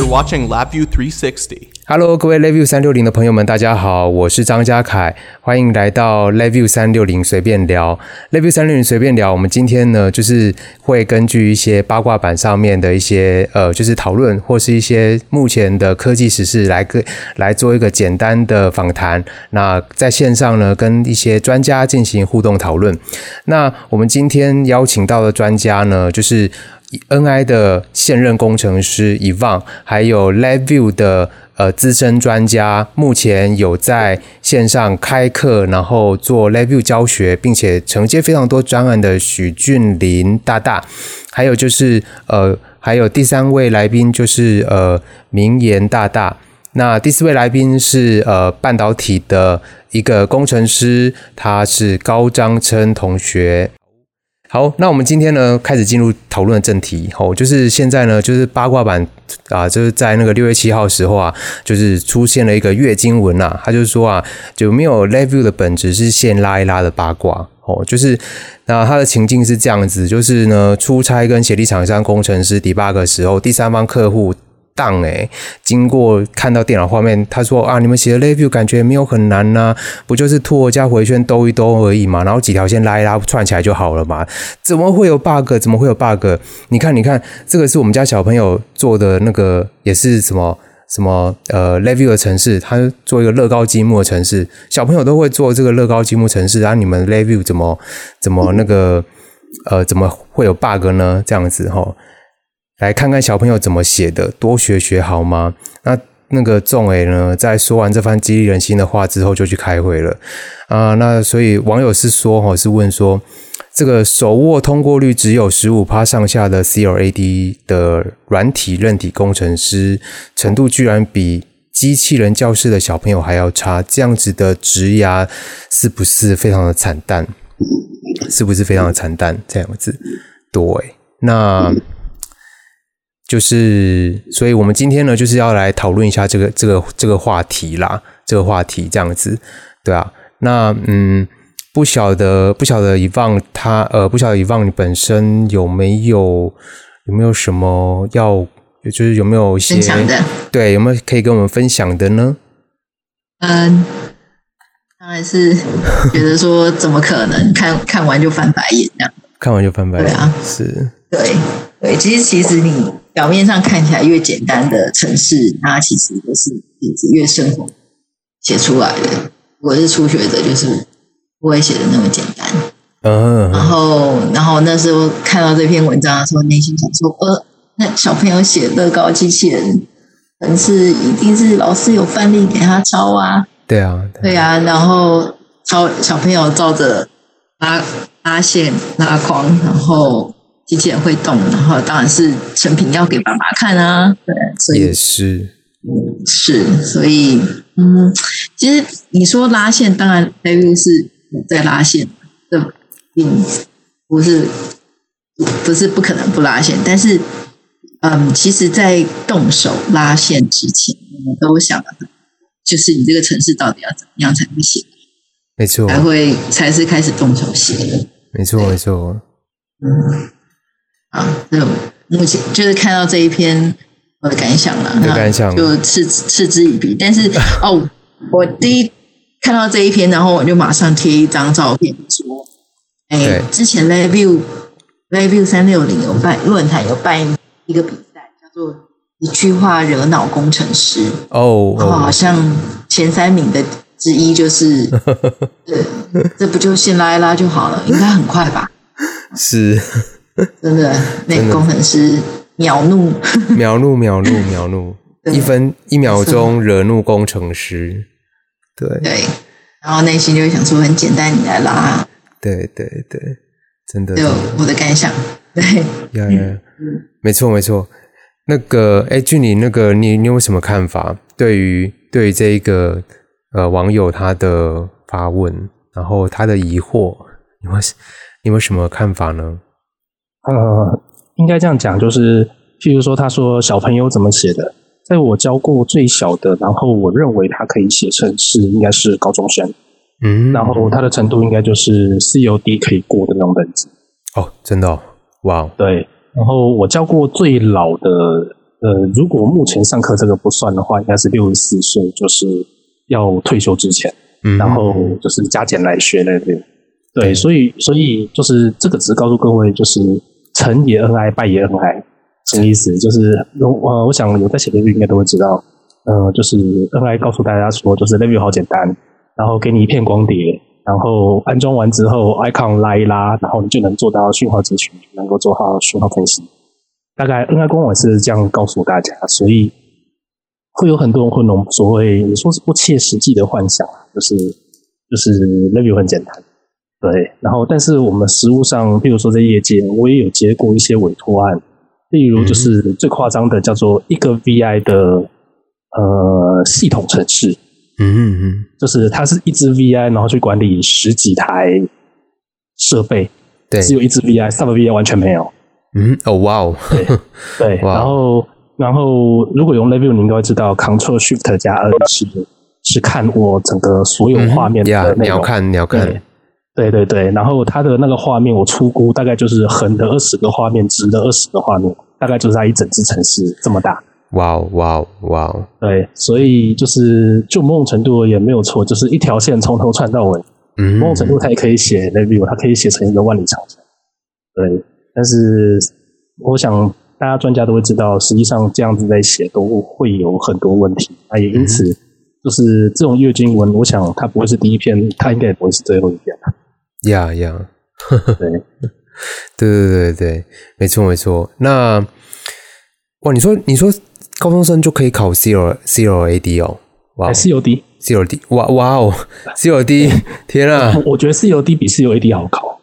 watching LabVIEW 360. Hello， 各位 LabVIEW 360的朋友们，大家好，我是张家凯，欢迎来到 LabVIEW 360随便聊。LabVIEW 360随便聊，我们今天呢，就是会根据一些八卦版上面的一些就是讨论，或是一些目前的科技时事来做一个简单的访谈。那在线上呢，跟一些专家进行互动讨论。那我们今天邀请到的专家呢，就是NI 的现任工程师 Yvonne， 还有 LabVIEW 的资深专家，目前有在线上开课，然后做 LabVIEW 教学，并且承接非常多专案的许峻霖大大，还有就是还有第三位来宾就是明言大大。那第四位来宾是半导体的一个工程师，他是高章琛同学。好，那我们今天呢开始进入讨论的正题，就是现在呢就是八卦版就是在那个6月7号的时候啊，就是出现了一个月经文啊，他就是说啊，有没有 LabVIEW 的本质是线拉一拉的八卦，就是那他的情境是这样子，就是呢出差跟协力厂商工程师 debug 的时候，第三方客户经过看到电脑画面，他说啊，你们写的 LabVIEW 感觉没有很难啊，不就是 Tool 加回圈兜一兜而已嘛，然后几条线拉一拉串起来就好了嘛，怎么会有 bug？ 怎么会有 bug？ 你看，这个是我们家小朋友做的那个，也是什么LabVIEW 的程式，他做一个乐高积木的程式，小朋友都会做这个乐高积木程式，然后你们 LabVIEW 怎么那个怎么会有 bug 呢？这样子齁。来看看小朋友怎么写的，多学好吗？那个仲伟呢，在说完这番激励人心的话之后，就去开会了那所以网友是问说，这个手握通过率只有 15% 上下的 CLAD 的软体韧体工程师，程度居然比机器人教室的小朋友还要差，这样子的职涯是不是非常的惨淡？是不是非常的惨淡？这样子，对，那。就是所以我们今天呢就是要来讨论一下这个话题啦，这个话题这样子，对啊。那不晓得Yvonne不晓得Yvonne你本身有没有什么就是有没有一些分享的？对， 有没有可以跟我们分享的呢？ 当然是觉得说怎么可能看完就翻白眼这样， 看完就翻白眼， 对啊， 是， 对，其实你表面上看起来越简单的程式，它其实都是品质越生活写出来的。如果是初学者，就是不会写的那么简单。然后那时候看到这篇文章的时候，内心想说，那小朋友写乐高机器人程式，一定是老师有范例给他抄啊。对啊，然后小朋友照着拉线拉框，然后机器人会动，然后当然是成品要给爸爸看啊。对，所以也是， 所以其实你说拉线，当然 LabVIEW 是在拉线，这并不是不可能不拉线，但是其实在动手拉线之前，我们都想了很多，就是你这个程式到底要怎么样才会写， 没错， 才是开始动手写的， 没错。 好，那目前就是看到这一篇我的感想啦，就嗤之以鼻。但是我第一看到这一篇，然后我就马上贴一张照片说，之前 LabVIEW 360有办论坛有办一个比赛，叫做一句话惹恼工程师然后好像前3名的之一就是这不就先拉一拉就好了，应该很快吧？是。真的，那个工程师秒怒1 秒钟惹怒工程师， 对，然后内心就会想说很简单，你来拉， 对，真的， 我的感想，对， 没错。那个峻霖，那个你有什么看法？对于这一个网友他的发问，然后他的疑惑，你有什么看法呢？ 应该这样讲，就是譬如说他说小朋友怎么写的，在我教过最小的，然后我认为他可以写程式应该是高中生，然后他的程度应该就是 COD 可以过的那种等级。 真的哇， 对。然后我教过最老的如果目前上课这个不算的话，应该是64岁，就是要退休之前，然后就是加减来学那边。对，所以就是这个只是告诉各位，就是成也恩爱，败也恩爱，什么意思？就是我想有在写 review 应该都会知道，就是恩爱告诉大家说，就是 review 好简单，然后给你一片光碟，然后安装完之后 icon 拉一拉，然后你就能做到讯号截取，能够做好讯号分析。大概恩爱官网是这样告诉大家，所以会有很多人会弄所谓你说是不切实际的幻想，就是 review 很简单，对。然后但是我们实务上，譬如说在业界，我也有接过一些委托案，例如就是最夸张的叫做一个 VI 的系统程式，就是它是一支 VI， 然后去管理10几台设备，对，只有一支 VI， sub VI 完全没有。 哇哦， 对，然后如果用 review， 你应该会知道 Ctrl Shift 加 N 是看我整个所有画面的内容， 鸟看， 对，然后它的那个画面我粗估大概就是横的20个画面，直的20个画面，大概就是它一整支程式这么大。 哇哦，对， 所以就是就某种程度而言没有错，就是一条线从头串到尾。某种程度它也可以写 review， 它可以写成一个万里长城。对，但是我想大家专家都会知道，实际上这样子在写都会有很多问题。也因此就是这种月经文，我想它不会是第一篇，它应该也不会是最后一篇。 对，没错。那哇，你说高中生就可以考 CLAD 哦？哇 ，COD， 哇哦 ，COD， 天啊！ 我觉得 COD 比 COAD 好考。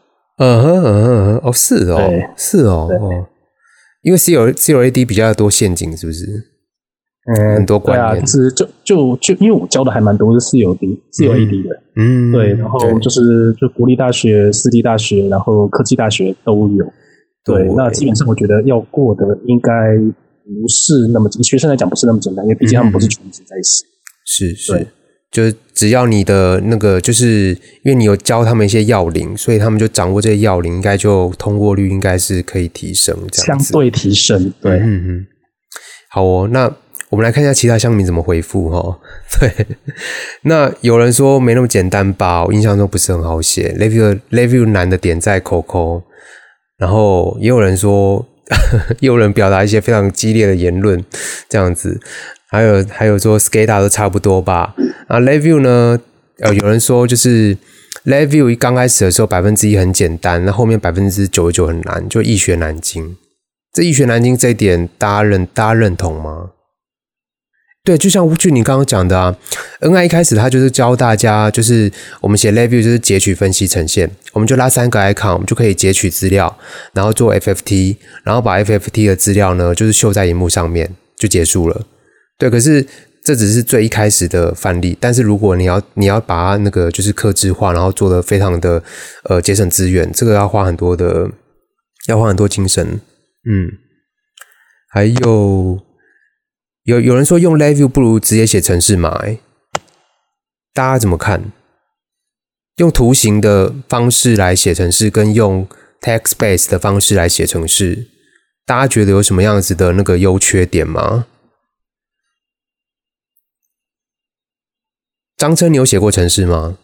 是哦，因为 CLAD 比较多陷阱，是不是？很多观念。 对啊，就是就因为我教的还蛮多是 COAD 的，对，然后就国立大学、私立大学，然后科技大学都有。对，那基本上我觉得要过的应该不是那么，以学生来讲不是那么简单，因为毕竟他们不是全职在写。 是，就是只要你的那个，就是因为你有教他们一些要领，所以他们就掌握这些要领，应该就通过率应该是可以提升，这样子相对提升。对， 好哦，那我们来看一下其他乡民怎么回复哦。对，那有人说没那么简单吧，我印象中不是很好写 ，review 难的点在 Coco， 然后也有人说，也有人表达一些非常激烈的言论，这样子。还有说 SCADA 都差不多吧。review 呢，有人说就是 review 刚开始的时候1%很简单，那后面99%很难，就易学难精。这易学难精这一点，大家认同吗？对，就像你刚刚讲的啊 ，NI 一开始他就是教大家，就是我们写 review 就是截取、分析、呈现，我们就拉3个 icon， 我们就可以截取资料，然后做 FFT， 然后把 FFT 的资料呢，就是秀在萤幕上面就结束了。对，可是这只是最一开始的范例，但是如果你要把它那个就是客制化，然后做得非常的节省资源，这个要花很多精神。还有人说用 review 不如直接写程式码，大家怎么看？用图形的方式来写程式，跟用 text base 的方式来写程式，大家觉得有什么样子的那个优缺点吗？张琛，你有写过程式吗？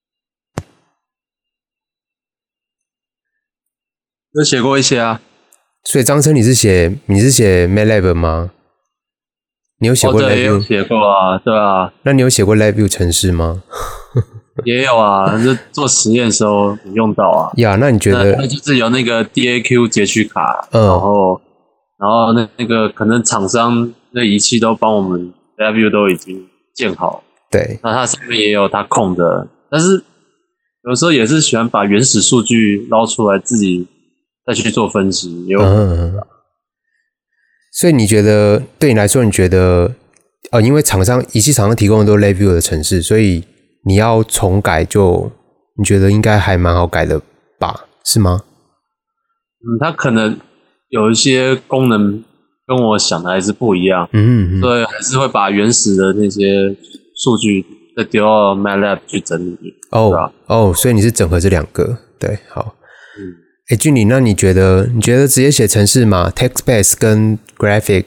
有写过一些啊。 所以张琛，你是写 MATLAB 吗？你有写过 review？ 对，也有写过啊，对啊。 那你有写过 review 程式吗？ 也有啊，就做实验的时候用到啊。 那你觉得？ 那就是有那个 DAQ 截取卡，然后那个可能厂商那仪器都帮我们 review 都已经建好。 对， 那它上面也有它控的，但是有时候也是喜欢把原始数据捞出来，自己再去做分析，也有可能所以你觉得，对你来说，你觉得因为仪器厂商提供的都是 review 的程式，所以你要重改你觉得应该还蛮好改的吧？是吗？ 它可能有一些功能跟我想的还是不一样，所以还是会把原始的那些数据再丢到 MATLAB 去整理。 所以你是整合这两个，对，好。俊理，那你觉得直接写程式码 text base 跟 graphic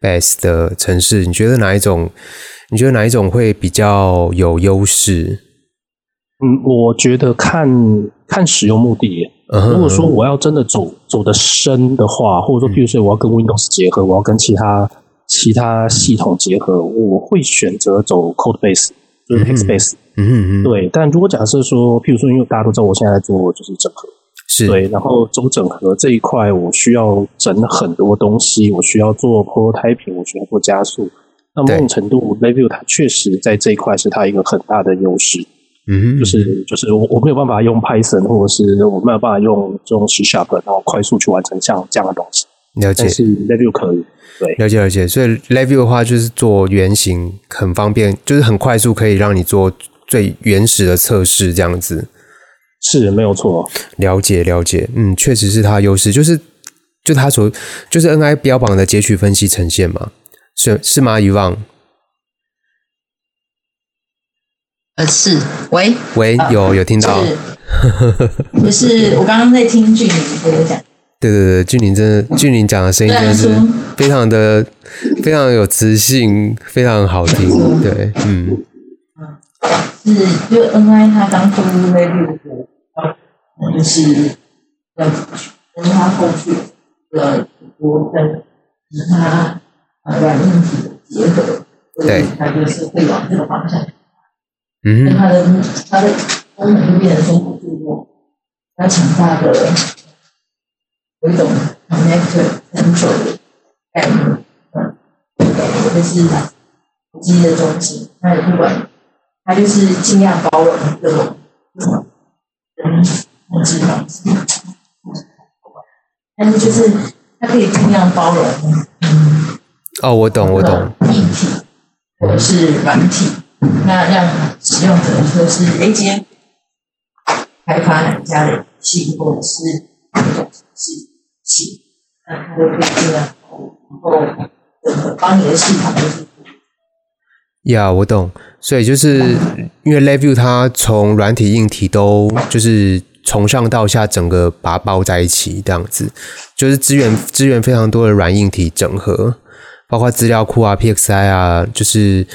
Base 的程式，你觉得哪一种会比较有优势？ 我觉得看使用目的耶。如果说我要真的走得深的话，或者说譬如说我要跟 Windows 结合，我要跟其他系统结合，我会选择走 Code Base， 就是 Text Base。对。但如果假设说，譬如说，因为大家都知道我现在在做就是整合， 是对，然后走整合这一块，我需要整很多东西，我需要做 prototyping， 我需要做加速。那某种程度 ，LabVIEW 它确实在这一块是它一个很大的优势。就是我没有办法用 Python， 或者是我没有办法用这种 C#， 然后快速去完成像这样的东西。 了解。 但是 LabVIEW 可以。对， 了解。所以 LabVIEW 的话，就是做原型很方便，就是很快速，可以让你做最原始的测试，这样子。 是没有错。 了解。确实是它的优势，就是它就是 NI 标榜的截取分析呈现嘛，是吗？Yvonne？ 是，喂， 有听到， 就是我刚刚在听俊霖跟我讲， 对，俊霖讲的声音真的是非常有磁性，非常好听，对， 是就 NI 他当初在录的，就是要跟他后续的很多跟其他软硬体的结合， 对， 他就是会往这个方向。跟它的功能就变成说，它强大的有一种 connector central 的概念，就是机的中心，它也不管，它就是尽量包容这种人控制方式，但是就是它可以尽量包容。 我懂。 硬体或者是软体。那让使用者说是今天开发哪家的游戏，或者是哪种程式系，那它都可以这样，然后整个帮你的系统就是我懂。所以就是因为 LabVIEW 它从软体硬体都就是从上到下整个把它包在一起，这样子就是支援非常多的软硬体整合。包括资料库啊、PXI 啊，就是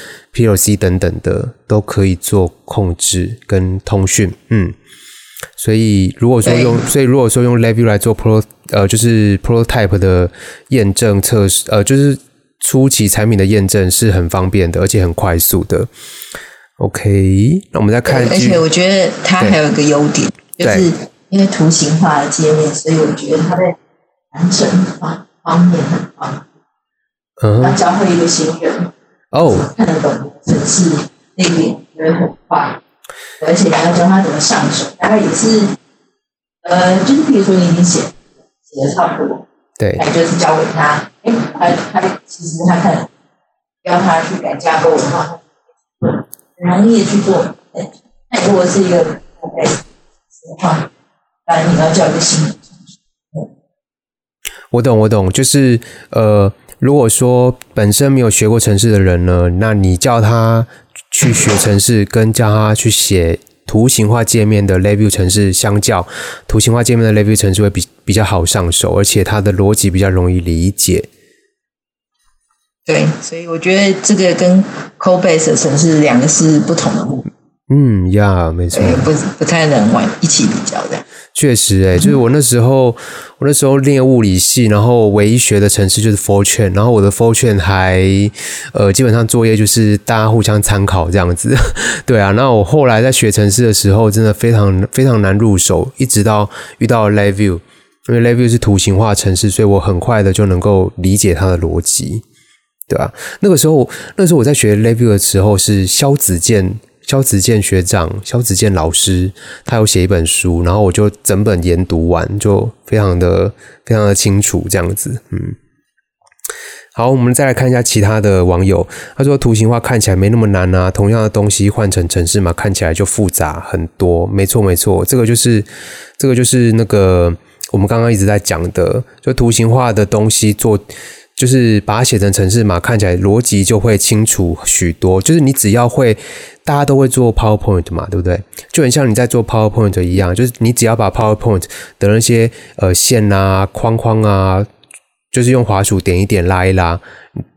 PLC 等等的，都可以做控制跟通讯。所以如果说用 LabVIEW 来做就是 prototype 的验证测试，就是初期产品的验证是很方便的，而且很快速的。OK， 那我们再看。 而且我觉得它还有一个优点，就是因为图形化的界面，所以我觉得它在完整方面很棒。要教会一个新人看得懂程式那一点会很快，而且你要教他怎么上手，大概也是就是比如说你已经写的差不多， 对， 那就是交给他，他其实他看要他去改架构的话，很容易的去做。那如果是一个的话，当然你要教一个新人上手。 我懂，就是如果说本身没有学过程式的人呢，那你叫他去学程式，跟叫他去写图形化界面的 LabVIEW 程式相较，图形化界面的 LabVIEW 程式会比较好上手，而且它的逻辑比较容易理解。 对，所以我觉得这个跟 Code Base 的程式两个是不同的路。 没错， 不太能一起比较的。 确实就是我那时候练物理系，然后唯一学的程式就是 Fortran， 然后我的 Fortran 还基本上作业就是大家互相参考这样子。对啊，那我后来在学程式的时候真的非常非常难入手，一直到遇到 LabVIEW， 因为 LabVIEW 是图形化程式，所以我很快的就能够理解它的逻辑。对啊，那时候我在学 LabVIEW 的时候是萧子健学长、萧子健老师，他有写一本书，然后我就整本研读完，就非常的清楚这样子。好，我们再来看一下其他的网友。他说图形化看起来没那么难啊，同样的东西换成程式码看起来就复杂很多。没错，这个就是那个我们刚刚一直在讲的，就图形化的东西就是把它写成程式码，看起来逻辑就会清楚许多。就是你只要会，大家都会做 PowerPoint 嘛，对不对？就很像你在做 PowerPoint 一样，就是你只要把 PowerPoint 的那些线啊、框啊，就是用滑鼠点一点拉一拉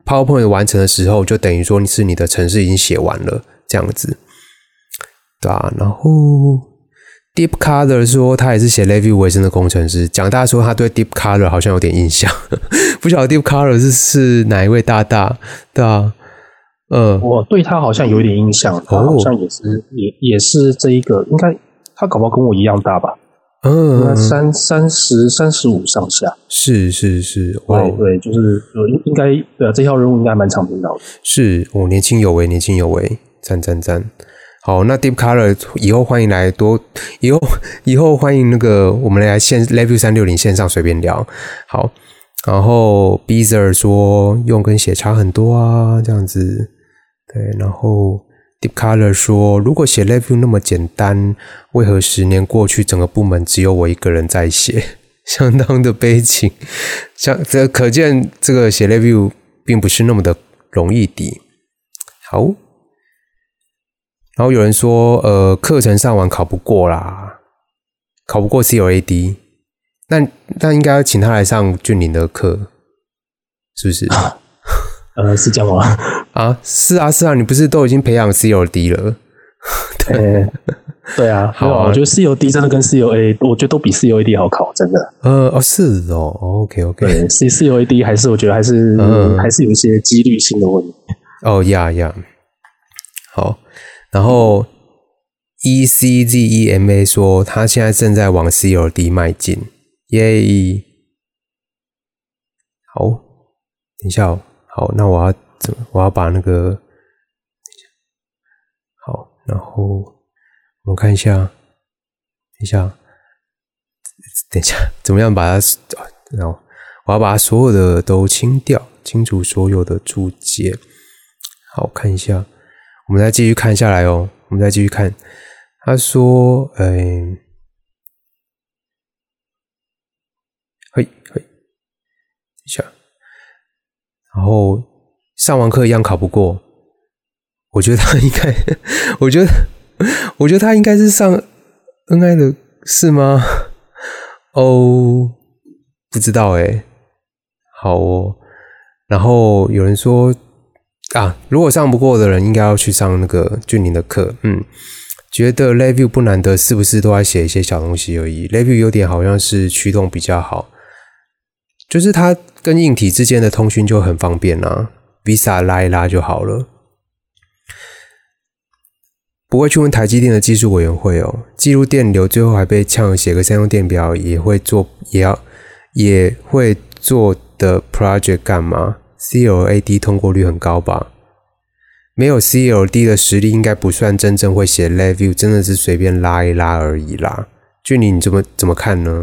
PowerPoint 完成的时候，就等于说是你的程式已经写完了这样子，对啊。然后 Deep Color 说他也是写 LabVIEW 为生的工程师，蒋大说他对 Deep Color 好像有点印象，不晓得 Deep Color 是哪一位大大，对啊。 我对他好像有一点印象，他好像也是这一个，应该他搞不好跟我一样大吧？应该35上下。是， 对， 就是应该这条任务应该蛮常听到的。 是，年轻有为，赞。好，那 Deep Color 以后欢迎来以后欢迎那个我们来LabVIEW 360线上随便聊。好，然后 Beezer 说用跟写差很多啊，这样子。对，然后 Deep Color 说如果写 LabVIEW 那么简单，为何10年过去整个部门只有我一个人在写，相当的悲情。这可见这个写 LabVIEW 并不是那么的容易的。好，然后有人说课程上完考不过啦，考不过 CLAD， 那应该要请他来上俊霖的课，是不是？ 是这样吗？ 啊，是啊，你不是都已经培养 CLD 了？ 对啊，好啊，我觉得 CLD 真的跟 CLA， 我觉得都比 CLAD 好考，真的。 是哦 ，OK， 对 ，CLAD 还是我觉得还是有一些几率性的问题。 呀，好，然后 ECZEMA 说他现在正在往 CLD 迈进，耶！好，等一下哦。好，那我要把那个，好，然后我们看一下，等一下，怎么样把它，然后我要把它所有的都清掉，清除所有的注解。好，看一下，我们再继续看下来哦，他说，嘿，等一下。然后上完课一样考不过，我觉得他应该，我觉得他应该是上 NI 的，是吗？不知道好哦。然后有人说如果上不过的人应该要去上那个俊霖的课。觉得 LabVIEW 不难得，是不是都在写一些小东西而已？ LabVIEW 有点好像是驱动比较好，就是它跟硬体之间的通讯就很方便啦，Visa 拉一拉就好了。不会去问台积电的技术委员会哦，记录电流最后还被呛写个3用电表也会做的 project 干嘛？ CLAD 通过率很高吧？没有 CLD 的实力应该不算真正会写 LabVIEW， 真的是随便拉一拉而已啦。俊霖你怎么看呢？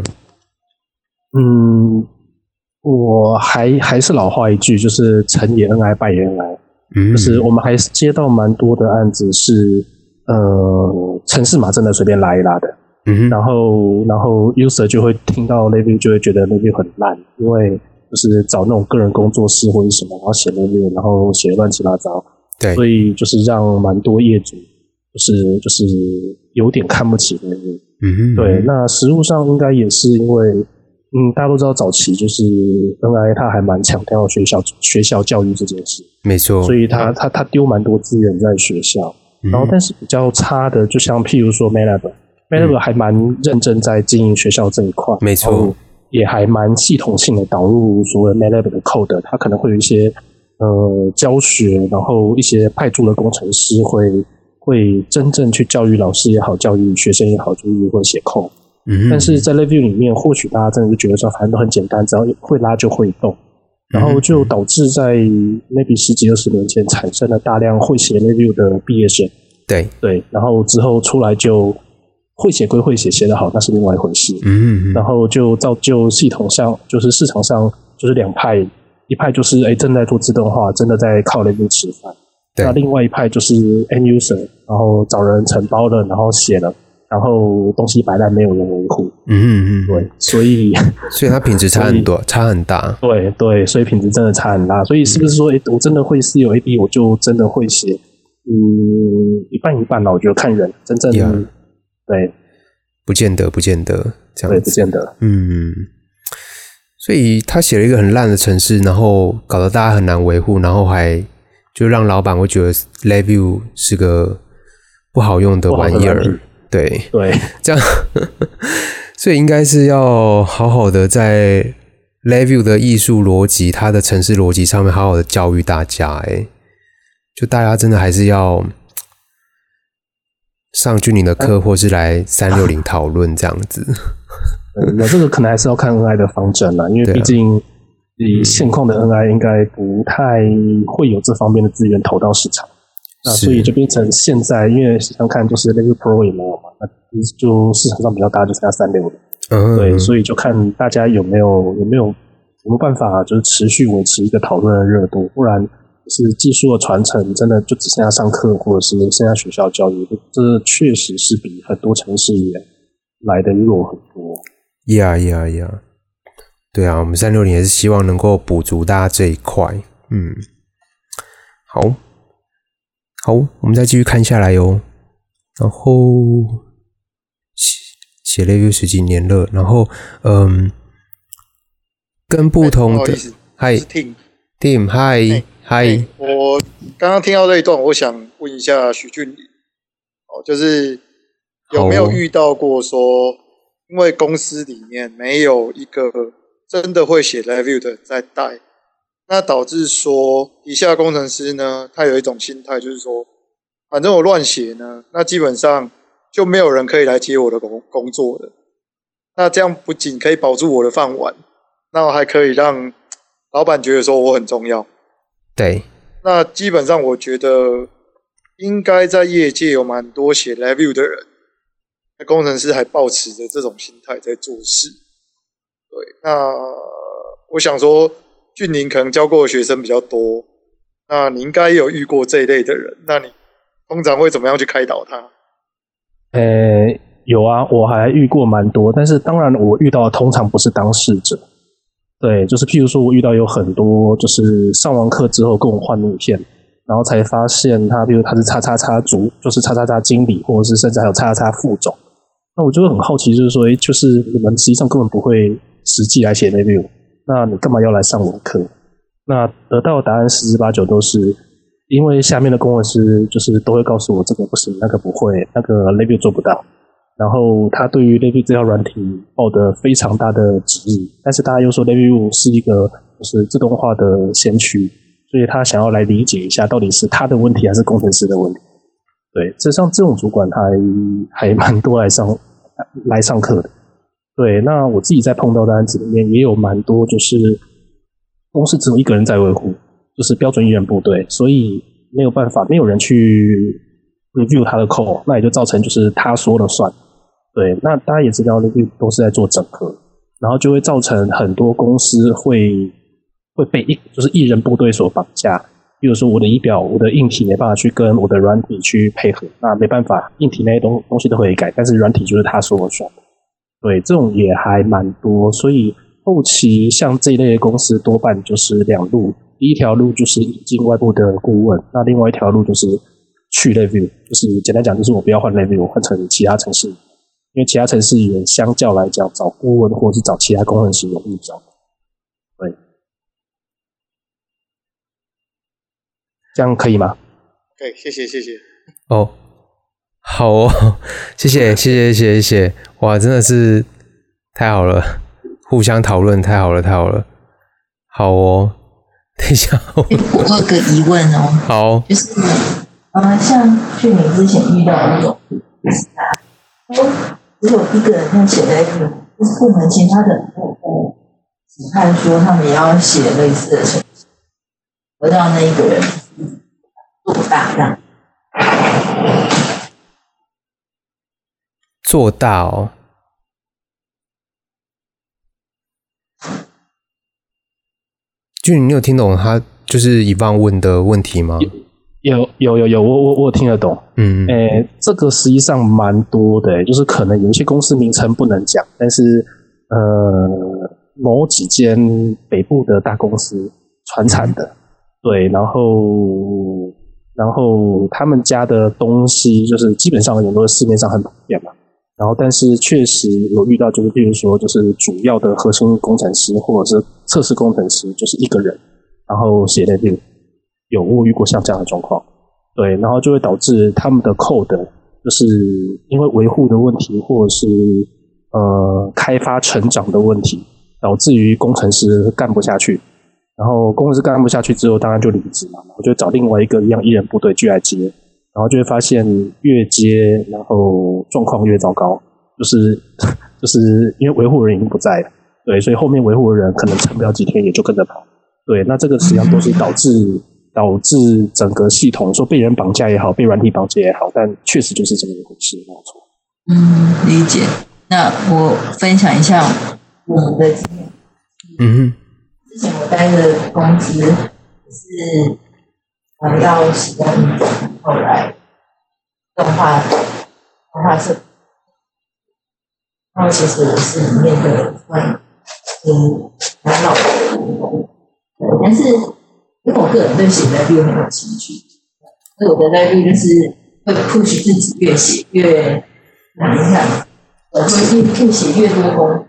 我还是老话一句，就是成也 NI 败也 NI，就是我们还是接到蛮多的案子是程式码真的随便拉一拉的，然后 user 就会听到 LabVIEW 就会觉得 LabVIEW 很烂，因为就是找那种个人工作室或者什么，然后写 LabVIEW， 然后写乱七八糟， 对， 所以就是让蛮多业主就是有点看不起 LabVIEW。对，那实务上应该也是因为大家都知道早期就是 NI 他还蛮强调学校教育这件事， 没错， 所以他丢蛮多资源在学校，然后但是比较差的，就像譬如说 MATLAB 还蛮认真在经营学校这一块， 没错， 也还蛮系统性的导入所谓 MATLAB 的 code， 它可能会有一些教学，然后一些派驻的工程师会真正去教育老师也好，教育学生也好，就是会写 code。但是在 LabVIEW 里面，或许大家真的就觉得说，反正都很简单，只要会拉就会动，然后就导致在 maybe 10几20年前产生了大量会写 LabVIEW 的毕业生。对，然后之后出来就会写归会写，写得好那是另外一回事。然后就造就系统上就是市场上就是两派，一派就是正在做自动化，真的在靠 LabVIEW 吃饭。那另外一派就是 end user， 然后找人承包了，然后写了。然后东西摆烂，没有人维护。对，所以它品质差很多，差很大。 对，所以品质真的差很大。所以是不是说，我真的会 CLAD， 我就真的会写？一半一半啦，我觉得看人，真正对， 不见得这样子。 对，不见得。 所以他写了一个很烂的程式，然后搞得大家很难维护，然后还就让老板会觉得 LabVIEW 是个不好用的玩意儿。对，这样，所以应该是要好好的在 LabVIEW 的艺术逻辑、它的程式逻辑上面好好的教育大家。就大家真的还是要上君宁的课，或是来360讨论这样子。 那这个可能还是要看 NI 的方针啦，因为毕竟以现况的 NI 应该不太会有这方面的资源投到市场，那所以就变成现在，因为想看就是 LabVIEW Pro 也没有嘛，那就市场上比较大就剩下360，对，所以就看大家有没有办法就是持续维持一个讨论的热度，不然是技术的传承真的就只剩下上课或者是剩下学校教育，这确实是比很多程式员来的弱很多。 对啊，我们360也是希望能够补足大家这一块。好，我们再继续看下来哟。然后写 LabVIEW 10几年了，然后跟不同的嗨 Tim 嗨， 我刚刚听到这一段，我想问一下许俊霖，就是有没有遇到过说，因为公司里面没有一个真的会写 LabVIEW 的在带，那导致说底下工程师呢，他有一种心态，就是说，反正我乱写呢，那基本上就没有人可以来接我的工作的。那这样不仅可以保住我的饭碗，那我还可以让老板觉得说我很重要。 对， 那基本上我觉得应该在业界有蛮多写 LabVIEW 的人，那工程师还抱持着这种心态在做事。对，那我想说，俊宁可能教过的学生比较多，那你应该有遇过这一类的人，那你通常会怎么样去开导他？ 有啊，我还遇过蛮多，但是当然我遇到的通常不是当事者。对，就是譬如说我遇到有很多就是上完课之后跟我换名片，然后才发现他，比如他是叉叉叉组，就是叉叉叉经理，或者是甚至还有叉叉叉副总。那我就会很好奇，就是说，就是你们实际上根本不会实际来写 LabVIEW， 那你干嘛要来上我的课？那得到的答案10之8九都是因为下面的工程师就是都会告诉我这个不行，那个不会，那个 LabVIEW 做不到。然后他对于 LabVIEW 这条软体抱的非常大的质疑，但是大家又说 LabVIEW 是一个就是自动化的先驱，所以他想要来理解一下到底是他的问题还是工程师的问题。对，这像这种主管还蛮多来上课的。对，那我自己在碰到的案子里面也有蛮多，就是公司只有一个人在维护，就是标准艺人部队，所以没有办法，没有人去 review 他的 code， 那也就造成就是他说了算。对，那大家也知道 LabVIEW 都是在做整合，然后就会造成很多公司会被就是艺人部队所绑架。比如说我的仪表，我的硬体没办法去跟我的软体去配合，那没办法，硬体那些东西都可以改，但是软体就是他说了算。对，这种也还蛮多，所以后期像这一类的公司多半就是2路，第一条路就是引进外部的顾问，那另外一条路就是去 LabVIEW， 就是简单讲就是我不要换 LabVIEW， 我换成其他程式，因为其他程式员相较来讲找顾问或者是找其他工程师容易找。对，这样可以吗？ 对，谢谢。 哦，好哦，谢谢，哇，真的是太好了，互相讨论，太好了，好哦，等一下， 我有个疑问哦， 好， 就是像去年之前遇到的那种，只有一个人在写LabVIEW，就是部门其他的人都指派说他们也要写类似的程式，而让那一个人做大让。 做大哦，俊，你有听懂他就是以往问的问题吗？ 有，我听得懂。这个实际上蛮多的，就是可能有一些公司名称不能讲，但是某几间北部的大公司传产的，对，然后他们家的东西就是基本上而言都是市面上很普遍嘛。 然后但是确实有遇到，就是比如说就是主要的核心工程师或者是测试工程师就是一个人，然后写 Review， 我遇过像这样的状况，对，然后就会导致他们的 code 就是因为维护的问题或者是开发成长的问题，导致于工程师干不下去，然后工程师干不下去之后当然就离职嘛，然后就找另外一个一样一人部队继续来接，然后就会发现越接然后状况越糟糕，就是因为维护人已经不在了，对，所以后面维护的人可能撑不了几天也就跟着跑，对，那这个实际上都是导致整个系统说被人绑架也好，被软体绑架也好，但确实就是这么一回事，没有错。 理解。那我分享一下我们的经验。之前我待的公司是要使用硬件，后来动画是，然后其实我是里面的蛮老的，但是因为我个人对写 review 很有兴趣，所以我的 review 就是会 push 自己越写越难看，会越写越多功。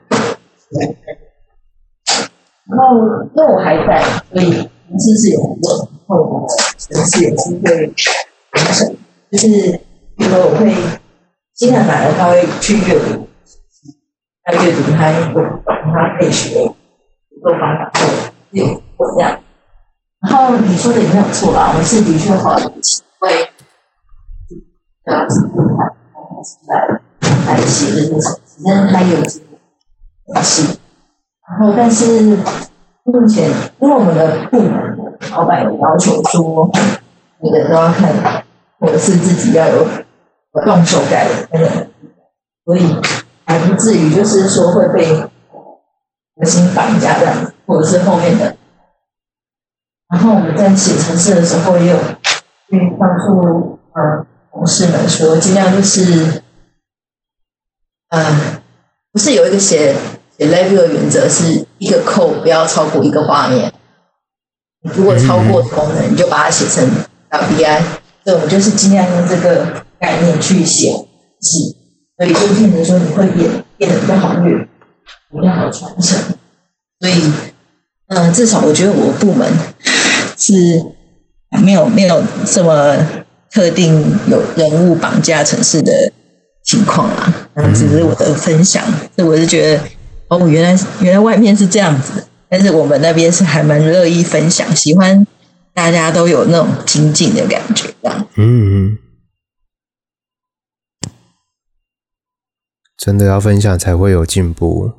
然后因为我还在，所以同事是有很多以后的同事有机会完成，就是比如说我会新人来了，他会去阅读，他阅读他可以学做方法或这样。然后你说的也没有错啦，我们是的确好的会来写的那种，但是他有机会是。然后，但是目前因为我们的部门老板有要求说，每个人都要看，或者是自己要有动手改的那个，所以还不至于就是说会被核心绑架这样子，或者是后面的。然后我们在写程式的时候，也有去告诉同事们说，尽量就是不是有一个写 review 的原则是一个 code 不要超过一个画面，你如果超过的功能，你就把它写成 WPI， 所以我们就是尽量用这个概念去写字，所以就变成说你会变得比较好阅，比较好传承。所以至少我觉得我部门是没有这么特定有人物绑架程式的情况啦，只是我的分享，所以我是觉得原来外面是这样子，但是我们那边是还蛮乐意分享，喜欢大家都有那种精进的感觉，这样。 真的要分享才会有进步。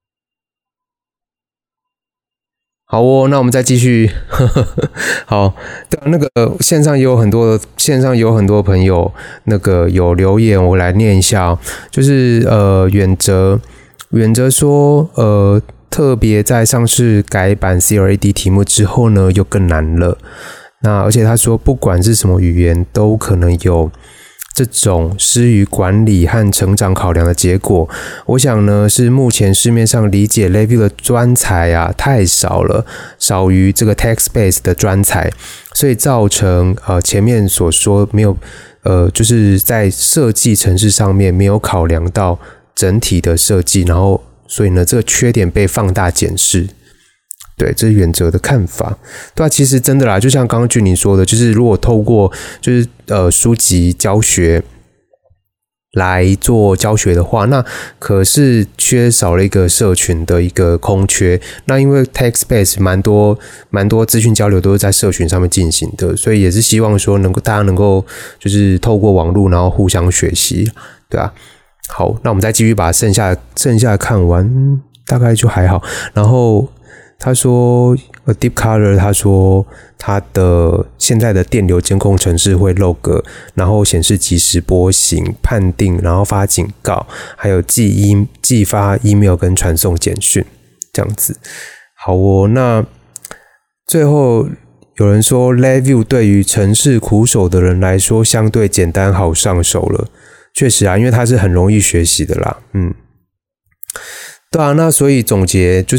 好哦，那我们再继续。好，对啊，那个线上有很多朋友那个有留言，我来念一下哦。就是远哲说特别在上次改版 CLAD 题目之后呢，又更难了。那而且他说，不管是什么语言，都可能有这种失于管理和成长考量的结果。我想呢，是目前市面上理解 Review 的专才啊太少了，少于这个 text-based 的专才，所以造成前面所说没有就是在设计程式上面没有考量到整体的设计，然后所以呢这个缺点被放大检视。对，这是远哲的看法。对啊，其实真的啦，就像刚刚俊你说的，就是如果透过就是书籍教学来做教学的话，那可是缺少了一个社群的一个空缺。那因为 text-based 蛮多资讯交流都是在社群上面进行的，所以也是希望说大家能够就是透过网络然后互相学习，对啊。好，那我们再继续把剩下的看完，大概就还好。然后他说 Deep Color 他说他的现在的电流监控程式会 log， 然后显示即时波形判定，然后发警告，还有寄发 email 跟传送简讯这样子。好哦，那最后有人说 Review 对于程式苦手的人来说相对简单好上手了。确实啊，因为它是很容易学习的啦。对啊，那所以总结就是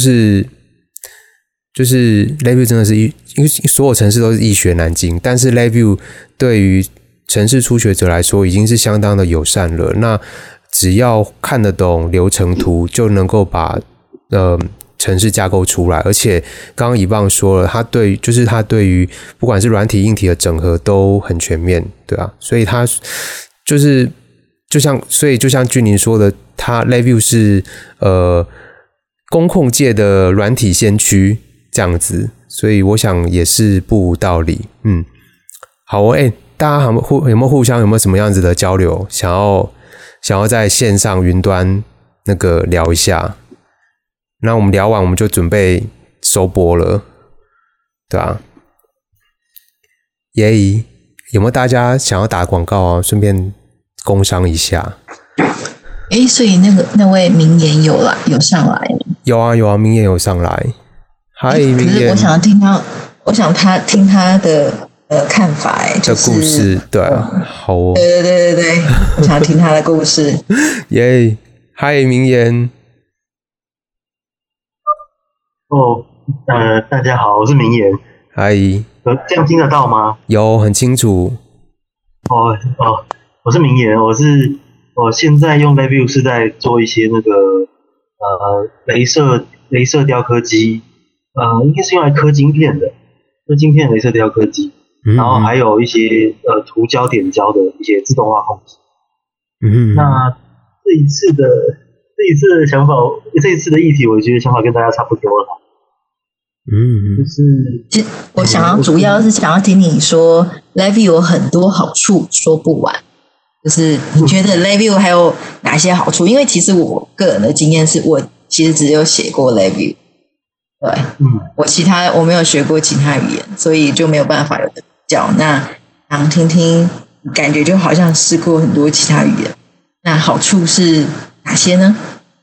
Review 真的是因为所有程式都是易学难精，但是 Review 对于程式初学者来说已经是相当的友善了。那只要看得懂流程图，就能够把程式架构出来。而且刚刚以棒说了，他对于不管是软体硬体的整合都很全面，对啊，所以他就是就像俊宁说的，他 LabVIEW 是工控界的软体先驱这样子，所以我想也是不无道理。好大家有没有互相有没有什么样子的交流？想要在线上云端那个聊一下？那我们聊完，我们就准备收播了，对啊。有没有大家想要打广告啊？顺便工商一下。 所以那位名言有上来吗？ 有啊，名言有上来。嗨，名言。可是我想听他的看法，就是故事，对啊，好哦。 对，我想听他的故事。 耶，嗨，名言。 大家好，我是名言。 嗨， 这样听得到吗？ 有，很清楚。 我是名言，我现在用 LabVIEW 是在做一些那个雷射雕刻机，应该是用来刻晶片的，雷射雕刻机，然后还有一些涂胶点胶的一些自动化控制。那这一次的想法，这一次的议题，我觉得想法跟大家差不多了。 就是我主要是想要听你说 LabVIEW 有很多好处说不完，就是你觉得 LabVIEW 还有哪些好处？因为其实我个人的经验是我其实只有写过 LabVIEW， 对，我没有学过其他语言，所以就没有办法有的比较。那想听听，感觉就好像试过很多其他语言，那好处是哪些呢？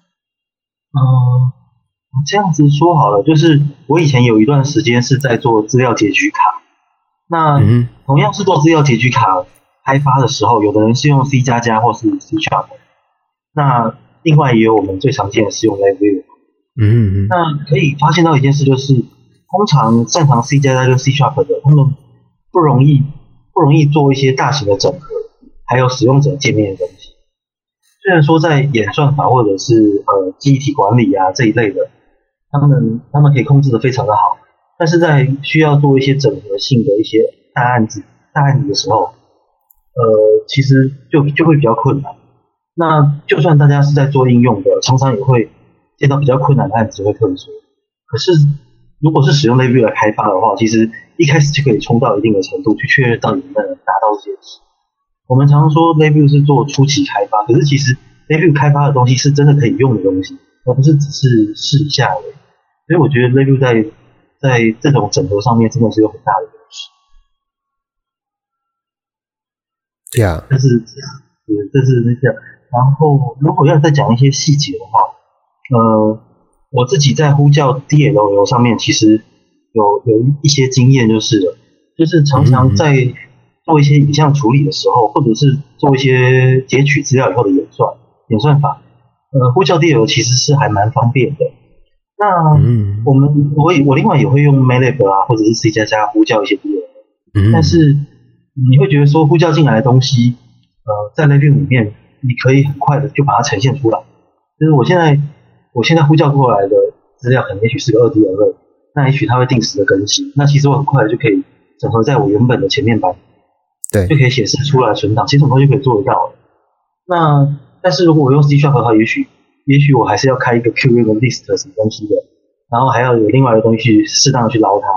我这样子说好了，就是我以前有一段时间是在做资料截取卡，那同样是做资料截取卡开发的时候，有的人是用 C++ 或是 C#， 那另外也有我们最常见的是用 LabVIEW。那可以发现到一件事，就是通常擅长 C++ 跟 C# 的，他们不容易做一些大型的整合，还有使用者界面的东西。虽然说在演算法或者是记忆体管理啊这一类的，他们可以控制的非常的好，但是在需要做一些整合性的一些大案子的时候，其实就会比较困难。那就算大家是在做应用的，常常也会见到比较困难的案子会特殊。可是如果是使用 LabVIEW 来开发的话，其实一开始就可以冲到一定的程度去确认到底能不能达到这些事。我们常说 LabVIEW 是做初期开发，可是其实 LabVIEW 开发的东西是真的可以用的东西，而不是只是试一下而已。所以我觉得 LabVIEW 在这种整合上面真的是有很大的优势。 对啊， 这是这样。然后如果要再讲一些细节的话，我自己在呼叫 DLL 上面其实有一些经验，就是常常在做一些影像处理的时候，或者是做一些截取资料以后的演算法，呼叫 DLL 其实是还蛮方便的。那我另外也会用 MATLAB 啊，或者是 C++ 呼叫一些 DLL，但是你会觉得说呼叫进来的东西，在 LabVIEW 里面你可以很快的就把它呈现出来。就是我现在呼叫过来的资料可能也许是个 2D array， 那也许它会定时的更新，那其实我很快就可以整合在我原本的前面板， 对， 就可以显示出来存档，其实很快就可以做得到了。那但是如果我用 C# 的话，也许我还是要开一个 query 的 list 什么东西的，然后还要有另外的东西去适当的去捞它。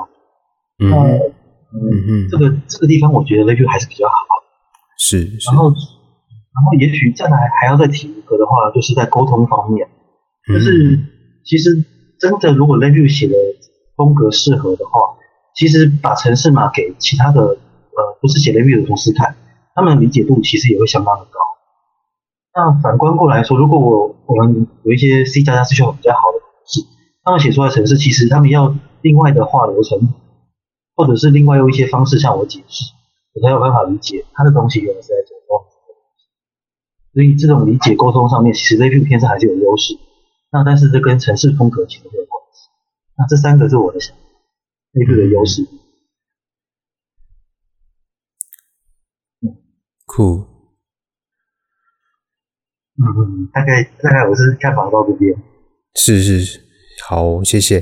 这个地方我觉得 LabVIEW 还是比较好。 是。 然后也许再来还要再提一个的话，就是在沟通方面，就是其实真的如果 LabVIEW 写的风格适合的话，其实把程式码给其他的不是写 LabVIEW 的同事看，他们的理解度其实也会相当的高。那反观过来说，如果我们有一些 C++ C# 比较好的同事，他们写出来的程式，其实他们要另外的画流程，或者是另外用一些方式向我解释，我才有办法理解他的东西原来是在做什么。所以这种理解沟通上面，其实 LabVIEW 偏上还是有优势。那但是这跟程式风格其实会有关系。那这三个是我的想法 ，LabVIEW 的优势。 酷。 大概我是看法到这边。 是，好，谢谢。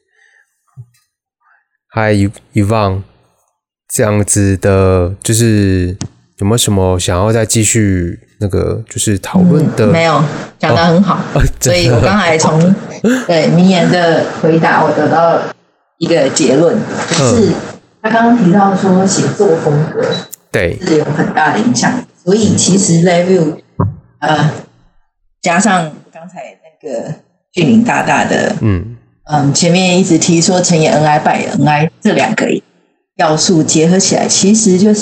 嗨，Yvonne，这样子的，就是有没有什么想要再继续那个就是讨论的？ 没有，讲得很好。所以我刚才从对明言的回答，我得到一个结论，就是他刚刚提到说写作风格对是有很大的影响，所以其实 Review 加上刚才那个俊林大大的前面一直提说成也 NI 败也 NI 这两个要素结合起来，其实就是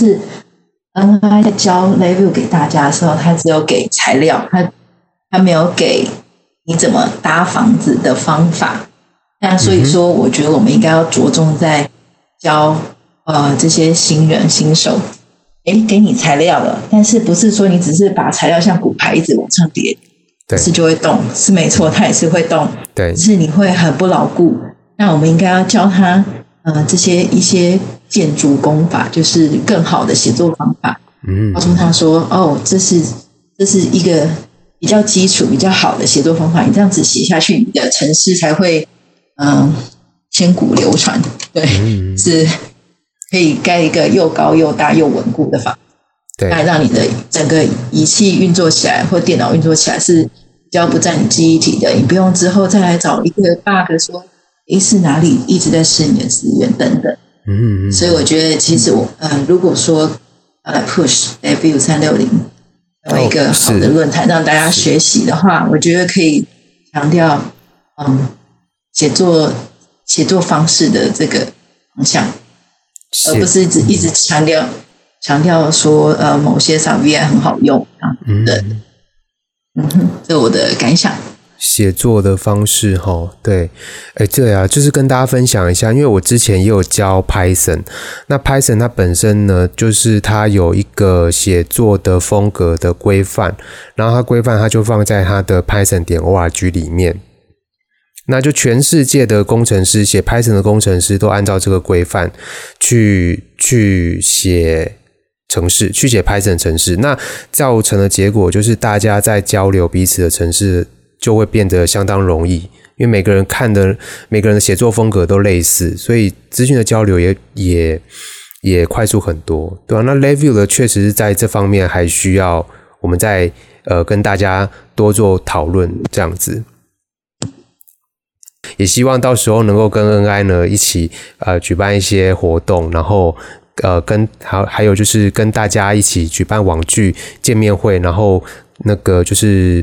NI 在教 Review 给大家的时候，他只有给材料，他没有给你怎么搭房子的方法。那所以说我觉得我们应该要着重在教这些新人新手，给你材料了，但是不是说你只是把材料像骨牌一直往上叠，是就会动，是没错，它也是会动， 对， 只是你会很不牢固。那我们应该要教他这些一些建筑工法，就是更好的写作方法，告诉他说这是一个比较基础比较好的写作方法，你这样子写下去，你的程式才会千古流传，对，是可以盖一个又高又大又稳固的房子，对，来让你的整个仪器运作起来或电脑运作起来是比较不占你记忆体的，你不用之后再来找一个 bug 说是哪里一直在试你的资源等等。所以我觉得其实如果说来 push Review 360成为一个好的论坛让大家学习的话，我觉得可以强调写作方式的这个方向，而不是一直强调说某些 SAVI 很好用对，这是我的感想。 写作的方式对，对啊，就是跟大家分享一下，因为我之前也有教 Python， 那 Python 它本身呢，就是它有一个写作的风格的规范，然后它规范它就放在它的 python.org 里面，那就全世界的工程师写 Python 的工程师都按照这个规范去写程式，去写 Python 程式，那造成的结果就是大家在交流彼此的程式就会变得相当容易，因为每个人的写作风格都类似，所以资讯的交流也快速很多，对吧？那 Review 的确实是在这方面还需要我们在跟大家多做讨论这样子。也希望到时候能够跟 NI 呢一起举办一些活动，然后还有就是跟大家一起举办网剧见面会，然后那个就是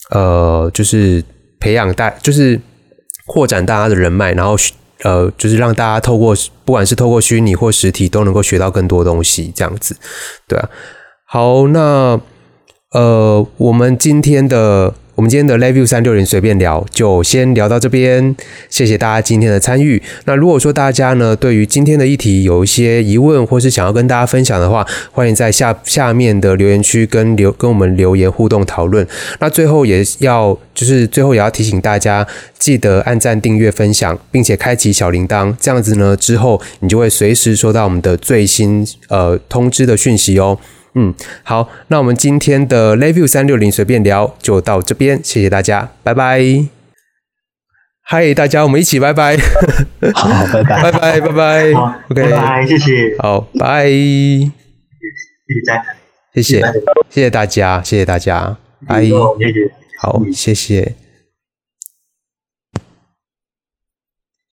培养就是扩展大家的人脉，然后就是让大家不管是透过虚拟或实体都能够学到更多东西这样子，对啊。好，那我们今天的 Review 360随便聊就先聊到这边，谢谢大家今天的参与。那如果说大家呢对于今天的议题有一些疑问或是想要跟大家分享的话，欢迎在下面的留言区跟我们留言互动讨论。那最后也要提醒大家，记得按赞、订阅、分享，并且开启小铃铛，这样子呢之后你就会随时收到我们的最新通知的讯息哦。好，那我们今天的 Review 360随便聊就到这边，谢谢大家，拜拜。嗨，大家，我们一起拜拜。 好，拜拜， 拜拜，拜拜。 好 ，OK， 拜拜，谢谢。 好，拜。谢谢大家，谢谢大家，拜。 谢谢。 好，谢谢。